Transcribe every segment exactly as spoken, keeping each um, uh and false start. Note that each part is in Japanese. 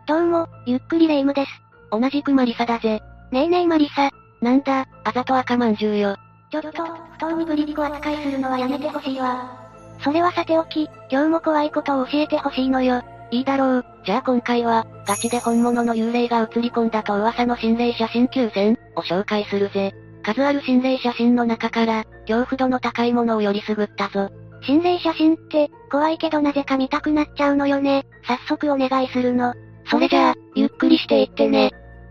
どうも、ゆっくりレ夢ムです。 同じくマリサだぜ。 ねえねえマリサ。 なんだ、あざと赤まんじゅうよ。 ちょっと、不当にぶりっ子扱いするのはやめてほしいわ。それはさておき、今日も怖いことを教えてほしいのよ。 いいだろう。じゃあ今回は、ガチで本物の幽霊が映り込んだと噂の心霊写真きゅうせんを紹介するぜ。数ある心霊写真の中から、恐怖度の高いものをよりすぐったぞ。 心霊写真って、怖いけどなぜか見たくなっちゃうのよね。早速お願いするの。 それじゃあ、ゆっくりしていってね。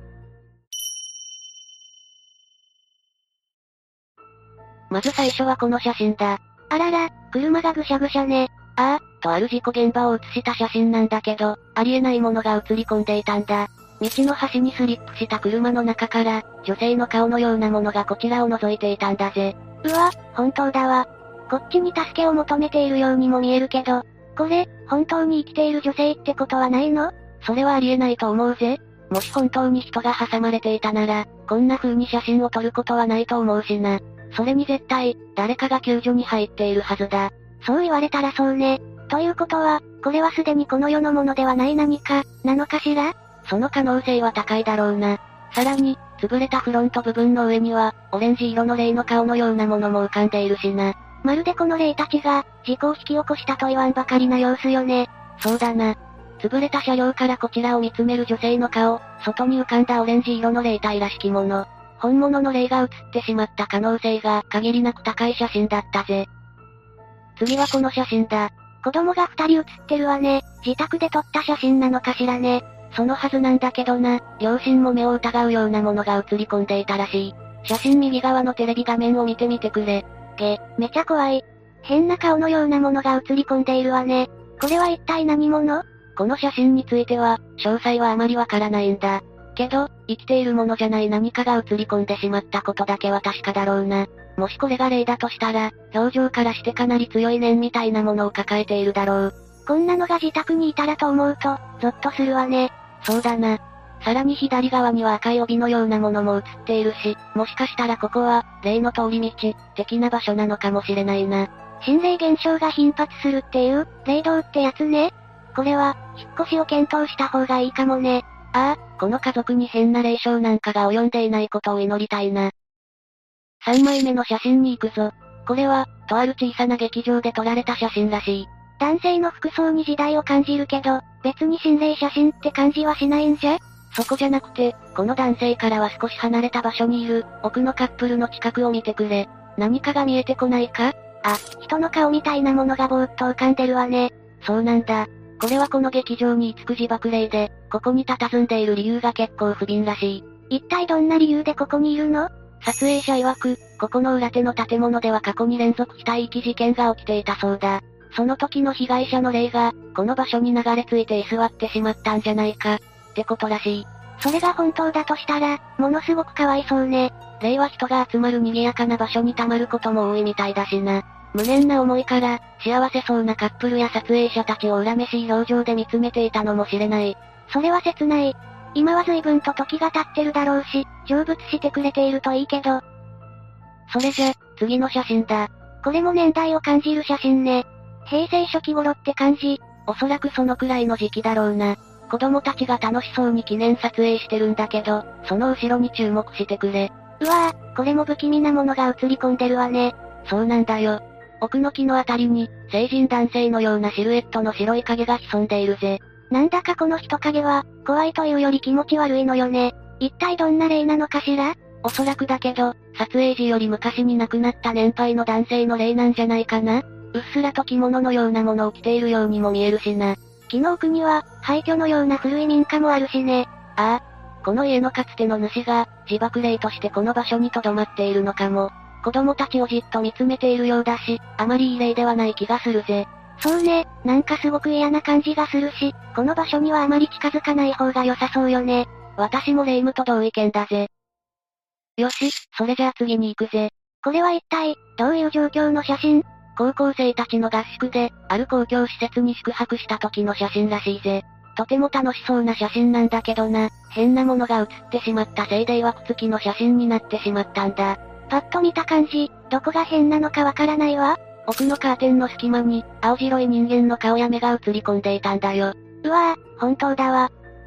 まず最初はこの写真だ。 あらら、車がぐしゃぐしゃね。 ああ、とある事故現場を写した写真なんだけど、ありえないものが写り込んでいたんだ。道の端にスリップした車の中から、女性の顔のようなものがこちらを覗いていたんだぜ。 うわ、本当だわ。こっちに助けを求めているようにも見えるけど、これ、本当に生きている女性ってことはないの？ それはありえないと思うぜ。もし本当に人が挟まれていたなら、こんな風に写真を撮ることはないと思うしな。それに絶対、誰かが救助に入っているはずだ。 そう言われたらそうね。ということは、これはすでにこの世のものではない何か、なのかしら？ その可能性は高いだろうな。さらに、潰れたフロント部分の上には、オレンジ色の霊の顔のようなものも浮かんでいるしな。 まるでこの霊たちが、事故を引き起こしたと言わんばかりな様子よね。 そうだな。潰れた車両からこちらを見つめる女性の顔、外に浮かんだオレンジ色の霊体らしきもの。本物の霊が映ってしまった可能性が限りなく高い写真だったぜ。次はこの写真だ。 子供が二人写ってるわね。自宅で撮った写真なのかしらね。 そのはずなんだけどな、両親も目を疑うようなものが映り込んでいたらしい。写真右側のテレビ画面を見てみてくれ。 げ、めちゃ怖い。変な顔のようなものが映り込んでいるわね。これは一体何者？ この写真については、詳細はあまりわからないんだ。けど、生きているものじゃない何かが映り込んでしまったことだけは確かだろうな。もしこれが霊だとしたら、表情からしてかなり強い念みたいなものを抱えているだろう。 こんなのが自宅にいたらと思うと、ゾッとするわね。 そうだな。さらに左側には赤い帯のようなものも映っているし、もしかしたらここは、霊の通り道、的な場所なのかもしれないな。 心霊現象が頻発するっていう、霊道ってやつね。これは、引っ越しを検討した方がいいかもね。 ああ、この家族に変な霊障なんかが及んでいないことを祈りたいな。さんまいめの写真に行くぞ。これは、とある小さな劇場で撮られた写真らしい。 男性の服装に時代を感じるけど、別に心霊写真って感じはしないんじゃ？ そこじゃなくて、この男性からは少し離れた場所にいる、奥のカップルの近くを見てくれ。何かが見えてこないか？ あ、人の顔みたいなものがぼーっと浮かんでるわね。 そうなんだ。これはこの劇場に居つく自爆霊で、ここに佇んでいる理由が結構不憫らしい。 一体どんな理由でここにいるの？ 撮影者曰く、ここの裏手の建物では過去に連続死体遺棄事件が起きていたそうだ。その時の被害者の霊が、この場所に流れ着いて居座ってしまったんじゃないか、ってことらしい。 それが本当だとしたら、ものすごくかわいそうね。 霊は人が集まる賑やかな場所に溜まることも多いみたいだしな。無念な思いから、幸せそうなカップルや撮影者たちを恨めしい表情で見つめていたのもしれない。 それは切ない。今は随分と時が経ってるだろうし、成仏してくれているといいけど。 それじゃ、次の写真だ。 これも年代を感じる写真ね。平成初期頃って感じ。 おそらくそのくらいの時期だろうな。子供たちが楽しそうに記念撮影してるんだけど、その後ろに注目してくれ。 うわぁ、これも不気味なものが映り込んでるわね。 そうなんだよ。奥の木のあたりに、成人男性のようなシルエットの白い影が潜んでいるぜ。 なんだかこの人影は、怖いというより気持ち悪いのよね。一体どんな霊なのかしら？ おそらくだけど、撮影時より昔に亡くなった年配の男性の霊なんじゃないかな？うっすらと着物のようなものを着ているようにも見えるしな。 木の奥には、廃墟のような古い民家もあるしね。 ああ、この家のかつての主が、自爆霊としてこの場所に留まっているのかも。子供たちをじっと見つめているようだし、あまりいい霊ではない気がするぜ。 そうね、なんかすごく嫌な感じがするし、この場所にはあまり近づかない方が良さそうよね。 私も霊夢と同意見だぜ。よし、それじゃあ次に行くぜ。 これは一体、どういう状況の写真？ 高校生たちの合宿で、ある公共施設に宿泊した時の写真らしいぜ。とても楽しそうな写真なんだけどな、変なものが写ってしまったせいで曰くつきの写真になってしまったんだ。 パッと見た感じ、どこが変なのかわからないわ。 奥のカーテンの隙間に、青白い人間の顔や目が映り込んでいたんだよ。 うわぁ、本当だわ。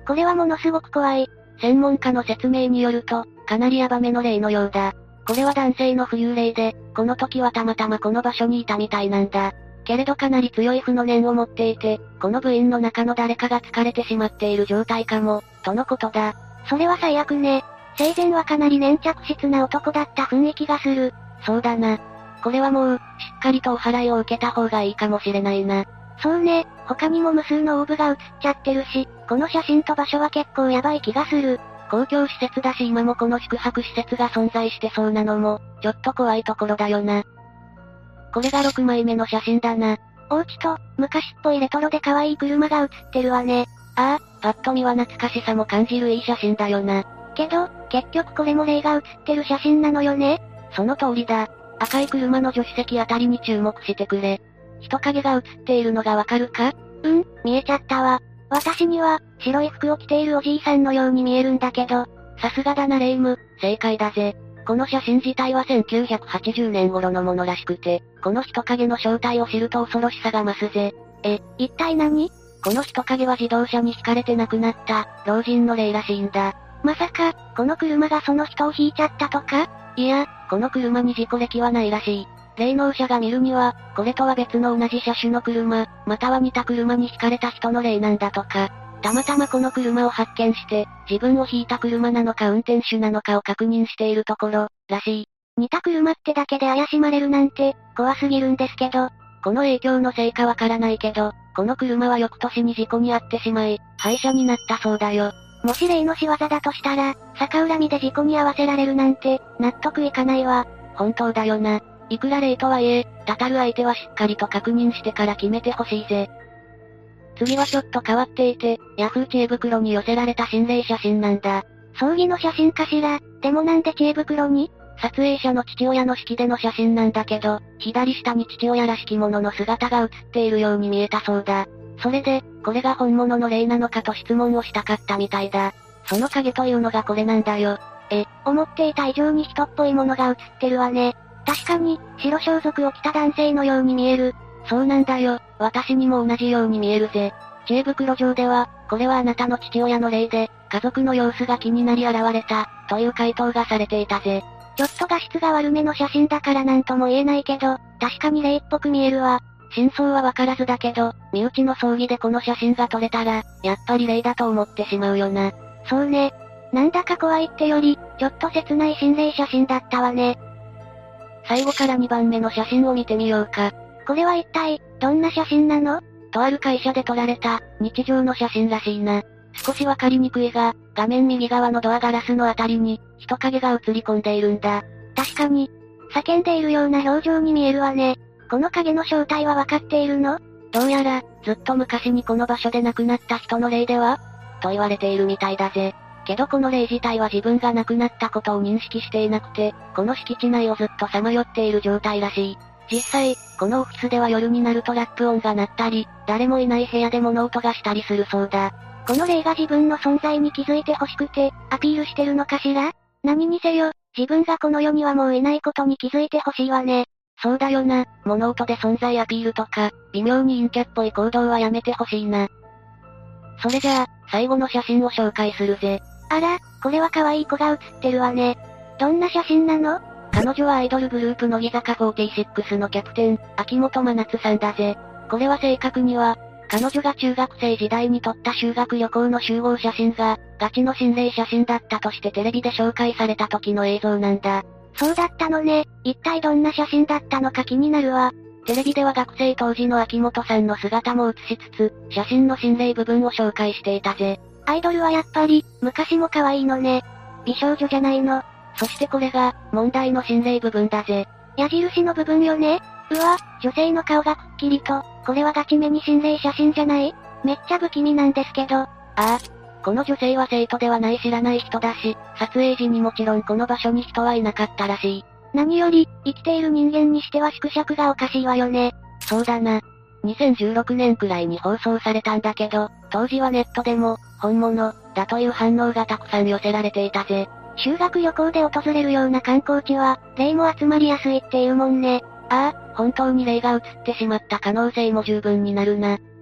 これはものすごく怖い。 専門家の説明によると、かなりヤバめの霊のようだ。これは男性の浮遊霊で、この時はたまたまこの場所にいたみたいなんだ。けれどかなり強い負の念を持っていて、この部員の中の誰かが疲れてしまっている状態かも、とのことだ。 それは最悪ね。生前はかなり粘着質な男だった雰囲気がする。 そうだな。これはもう、しっかりとお祓いを受けた方がいいかもしれないな。 そうね、他にも無数のオーブが映っちゃってるし、この写真と場所は結構ヤバい気がする。 公共施設だし今もこの宿泊施設が存在してそうなのも、ちょっと怖いところだよな。これがろくまいめの写真だな。 お家と、昔っぽいレトロで可愛い車が写ってるわね。 ああ、パッと見は懐かしさも感じるいい写真だよな。 けど、結局これも霊が写ってる写真なのよね。 その通りだ。赤い車の助手席あたりに注目してくれ。人影が写っているのがわかるか？ うん、見えちゃったわ。私には、白い服を着ているおじいさんのように見えるんだけど。 さすがだなレイム、正解だぜ。この写真自体はせんきゅうひゃくはちじゅうねん頃のものらしくて、この人影の正体を知ると恐ろしさが増すぜ。 え、一体何？ この人影は自動車に轢かれて亡くなった、老人の霊らしいんだ。 まさか、この車がその人を引いちゃったとか？ いや、この車に事故歴はないらしい。霊能者が見るには、これとは別の同じ車種の車、または似た車に轢かれた人の霊なんだとか。たまたまこの車を発見して、自分を引いた車なのか運転手なのかを確認しているところ、らしい。 似た車ってだけで怪しまれるなんて、怖すぎるんですけど。 この影響のせいかわからないけど、この車は翌年に事故に遭ってしまい、廃車になったそうだよ。 もし霊の仕業だとしたら、逆恨みで事故に遭わせられるなんて、納得いかないわ。 本当だよな。いくら霊とはいえ、たたる相手はしっかりと確認してから決めてほしいぜ。次はちょっと変わっていて、ヤフー知恵袋に寄せられた心霊写真なんだ。 葬儀の写真かしら？でもなんで知恵袋に？ 撮影者の父親の式での写真なんだけど、左下に父親らしきものの姿が写っているように見えたそうだ。それで、これが本物の霊なのかと質問をしたかったみたいだ。その影というのがこれなんだよ。 え、思っていた以上に人っぽいものが写ってるわね。確かに、白装束を着た男性のように見える。 そうなんだよ。私にも同じように見えるぜ。知恵袋上では、これはあなたの父親の霊で、家族の様子が気になり現れた、という回答がされていたぜ。 ちょっと画質が悪めの写真だからなんとも言えないけど、確かに霊っぽく見えるわ。 真相はわからずだけど、身内の葬儀でこの写真が撮れたら、やっぱり霊だと思ってしまうよな。 そうね。なんだか怖いってより、ちょっと切ない心霊写真だったわね。 最後からにばんめの写真を見てみようか。 これは一体、どんな写真なの？ とある会社で撮られた、日常の写真らしいな。少しわかりにくいが、画面右側のドアガラスのあたりに、人影が映り込んでいるんだ。 確かに、叫んでいるような表情に見えるわね。この影の正体はわかっているの？ どうやら、ずっと昔にこの場所で亡くなった人の霊では？と言われているみたいだぜ。けどこの霊自体は自分が亡くなったことを認識していなくて、この敷地内をずっとさまよっている状態らしい。実際、このオフィスでは夜になるとラップ音が鳴ったり、誰もいない部屋で物音がしたりするそうだ。 この霊が自分の存在に気づいて欲しくて、アピールしてるのかしら？何にせよ、自分がこの世にはもういないことに気づいて欲しいわね。 そうだよな、物音で存在アピールとか、微妙に陰キャっぽい行動はやめてほしいな。それじゃあ、最後の写真を紹介するぜ。 あら、これは可愛い子が写ってるわね。どんな写真なの？ 彼女はアイドルグループ乃木坂フォーティーシックスのキャプテン、秋元真夏さんだぜ。これは正確には、彼女が中学生時代に撮った修学旅行の集合写真が、ガチの心霊写真だったとしてテレビで紹介された時の映像なんだ。 そうだったのね。一体どんな写真だったのか気になるわ。 テレビでは学生当時の秋元さんの姿も写しつつ、写真の心霊部分を紹介していたぜ。 アイドルはやっぱり、昔も可愛いのね。美少女じゃないの。 そしてこれが、問題の心霊部分だぜ。 矢印の部分よね。うわ、女性の顔がくっきりと、これはガチめに心霊写真じゃない？めっちゃ不気味なんですけど。ああ。この女性は生徒ではない知らない人だし、撮影時にもちろんこの場所に人はいなかったらしい。 何より、生きている人間にしては縮尺がおかしいわよね。 そうだな。にせんじゅうろくねんくらいに放送されたんだけど、当時はネットでも、本物、だという反応がたくさん寄せられていたぜ。 修学旅行で訪れるような観光地は、霊も集まりやすいっていうもんね。 ああ、本当に霊が映ってしまった可能性も十分になるな。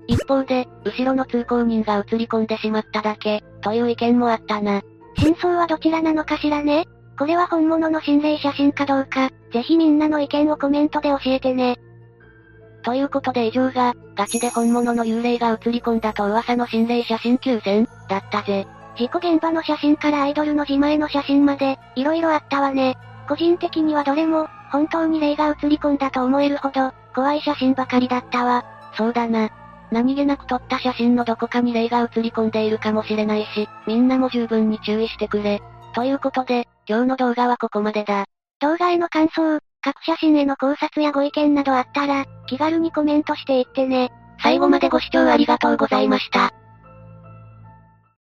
一方で、後ろの通行人が映り込んでしまっただけ、という意見もあったな。 真相はどちらなのかしらね。これは本物の心霊写真かどうか、ぜひみんなの意見をコメントで教えてね。 ということで以上が、ガチで本物の幽霊が映り込んだと噂の心霊写真きゅうせん、だったぜ。 事故現場の写真からアイドルの自前の写真まで、色々あったわね。個人的にはどれも、本当に霊が映り込んだと思えるほど、怖い写真ばかりだったわ。 そうだな。何気なく撮った写真のどこかに霊が映り込んでいるかもしれないし、みんなも十分に注意してくれ。ということで、今日の動画はここまでだ。 動画への感想、各写真への考察やご意見などあったら、気軽にコメントしていってね。 最後までご視聴ありがとうございました。